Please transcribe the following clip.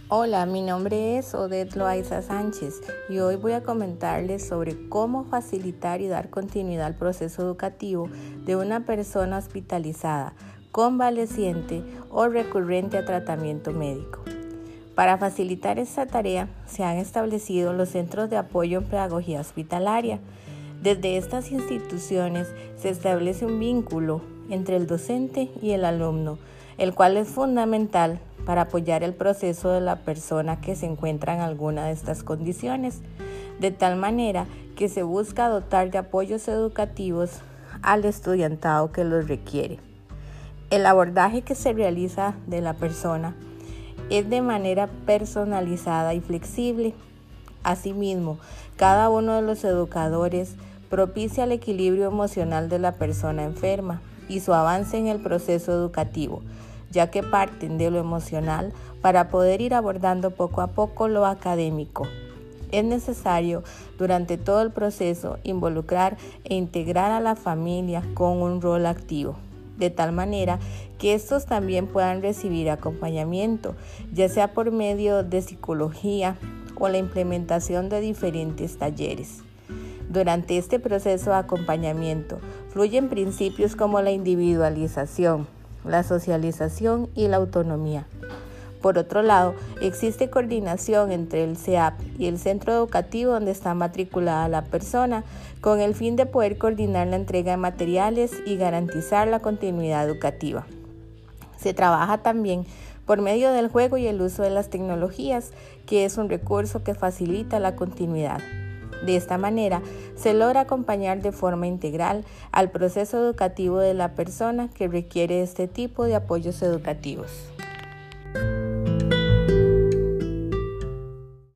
Hola, mi nombre es Odette Loaiza Sánchez y hoy voy a comentarles sobre cómo facilitar y dar continuidad al proceso educativo de una persona hospitalizada, convaleciente o recurrente a tratamiento médico. Para facilitar esta tarea se han establecido los centros de apoyo en pedagogía hospitalaria. Desde estas instituciones se establece un vínculo entre el docente y el alumno, el cual es fundamental para apoyar el proceso de la persona que se encuentra en alguna de estas condiciones, de tal manera que se busca dotar de apoyos educativos al estudiantado que los requiere. El abordaje que se realiza de la persona es de manera personalizada y flexible. Asimismo, cada uno de los educadores propicia el equilibrio emocional de la persona enferma y su avance en el proceso educativo, ya que parten de lo emocional para poder ir abordando poco a poco lo académico. Es necesario durante todo el proceso involucrar e integrar a la familia con un rol activo, de tal manera que estos también puedan recibir acompañamiento, ya sea por medio de psicología o la implementación de diferentes talleres. Durante este proceso de acompañamiento fluyen principios como la individualización, la socialización y la autonomía. Por otro lado, existe coordinación entre el CEAP y el centro educativo donde está matriculada la persona, con el fin de poder coordinar la entrega de materiales y garantizar la continuidad educativa. Se trabaja también por medio del juego y el uso de las tecnologías, que es un recurso que facilita la continuidad. De esta manera, se logra acompañar de forma integral al proceso educativo de la persona que requiere este tipo de apoyos educativos.